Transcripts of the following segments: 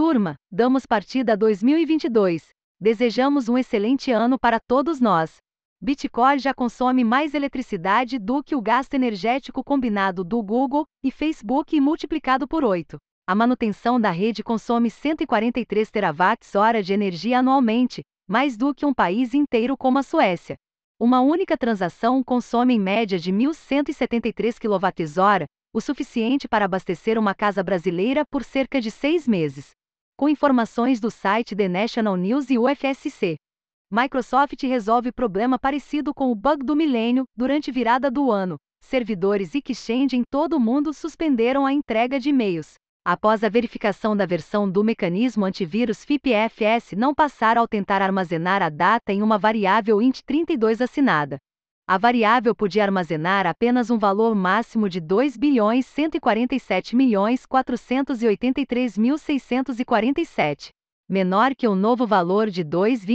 Turma, damos partida a 2022. Desejamos um excelente ano para todos nós. Bitcoin já consome mais eletricidade do que o gasto energético combinado do Google e Facebook e multiplicado por 8. A manutenção da rede consome 143 terawatt-hora de energia anualmente, mais do que um país inteiro como a Suécia. Uma única transação consome em média de 1.173 kWh, o suficiente para abastecer uma casa brasileira por cerca de 6 meses. Com informações do site The National News e UFSC. Microsoft resolve problema parecido com o bug do milênio durante virada do ano. Servidores e exchange em todo o mundo suspenderam a entrega de e-mails. Após a verificação da versão do mecanismo antivírus FIPFS não passar ao tentar armazenar a data em uma variável int32 assinada. A variável podia armazenar apenas um valor máximo de 2.147.483.647, menor que o novo valor de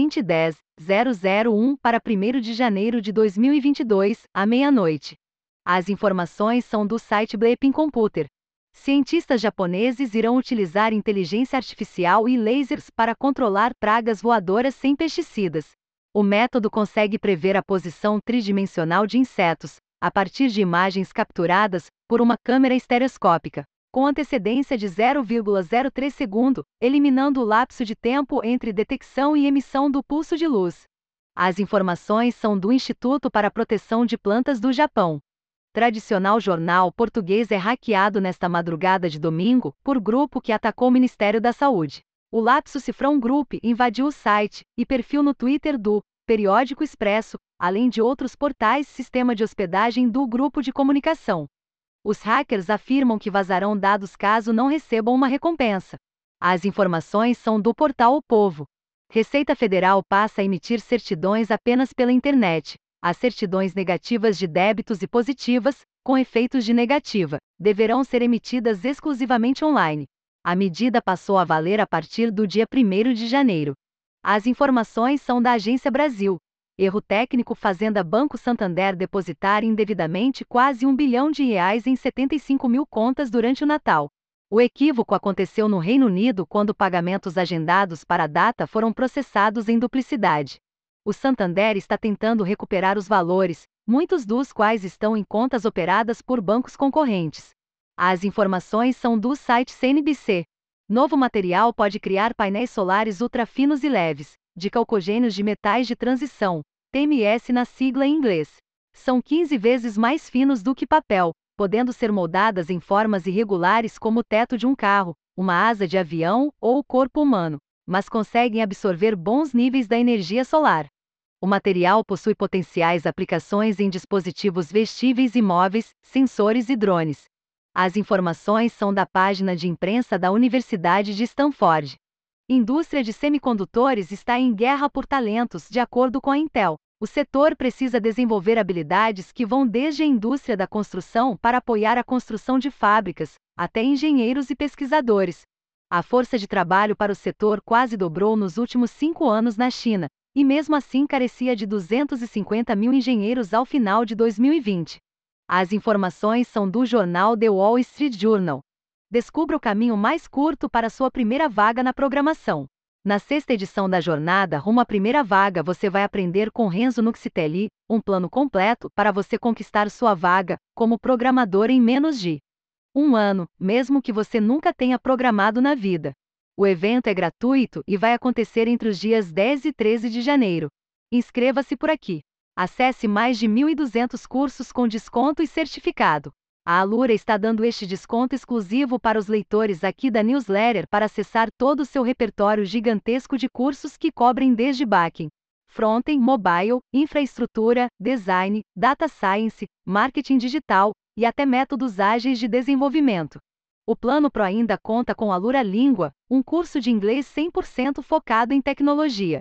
2.2010.001 para 1º de janeiro de 2022, à meia-noite. As informações são do site Bleeping Computer. Cientistas japoneses irão utilizar inteligência artificial e lasers para controlar pragas voadoras sem pesticidas. O método consegue prever a posição tridimensional de insetos, a partir de imagens capturadas por uma câmera estereoscópica, com antecedência de 0,03 segundo, eliminando o lapso de tempo entre detecção e emissão do pulso de luz. As informações são do Instituto para a Proteção de Plantas do Japão. Tradicional jornal português é hackeado nesta madrugada de domingo por grupo que atacou o Ministério da Saúde. O Lapsus Cifrão Group invadiu o site e perfil no Twitter do Periódico Expresso, além de outros portais e sistema de hospedagem do grupo de comunicação. Os hackers afirmam que vazarão dados caso não recebam uma recompensa. As informações são do portal O Povo. Receita Federal passa a emitir certidões apenas pela internet. As certidões negativas de débitos e positivas, com efeitos de negativa, deverão ser emitidas exclusivamente online. A medida passou a valer a partir do dia 1º de janeiro. As informações são da Agência Brasil. Erro técnico: Fazenda Banco Santander depositar indevidamente quase R$1 bilhão em 75 mil contas durante o Natal. O equívoco aconteceu no Reino Unido quando pagamentos agendados para a data foram processados em duplicidade. O Santander está tentando recuperar os valores, muitos dos quais estão em contas operadas por bancos concorrentes. As informações são do site CNBC. Novo material pode criar painéis solares ultrafinos e leves, de calcogênios de metais de transição, TMS na sigla em inglês. São 15 vezes mais finos do que papel, podendo ser moldadas em formas irregulares como o teto de um carro, uma asa de avião ou o corpo humano, mas conseguem absorver bons níveis da energia solar. O material possui potenciais aplicações em dispositivos vestíveis e móveis, sensores e drones. As informações são da página de imprensa da Universidade de Stanford. Indústria de semicondutores está em guerra por talentos, de acordo com a Intel. O setor precisa desenvolver habilidades que vão desde a indústria da construção para apoiar a construção de fábricas, até engenheiros e pesquisadores. A força de trabalho para o setor quase dobrou nos últimos 5 anos na China, e mesmo assim carecia de 250 mil engenheiros ao final de 2020. As informações são do jornal The Wall Street Journal. Descubra o caminho mais curto para sua primeira vaga na programação. Na 6ª edição da jornada rumo à primeira vaga, você vai aprender com Renzo Nuxitelli, um plano completo para você conquistar sua vaga como programador em menos de 1 ano, mesmo que você nunca tenha programado na vida. O evento é gratuito e vai acontecer entre os dias 10 e 13 de janeiro. Inscreva-se por aqui. Acesse mais de 1.200 cursos com desconto e certificado. A Alura está dando este desconto exclusivo para os leitores aqui da newsletter para acessar todo o seu repertório gigantesco de cursos que cobrem desde back-end, front-end, mobile, infraestrutura, design, data science, marketing digital e até métodos ágeis de desenvolvimento. O Plano Pro ainda conta com Alura Língua, um curso de inglês 100% focado em tecnologia.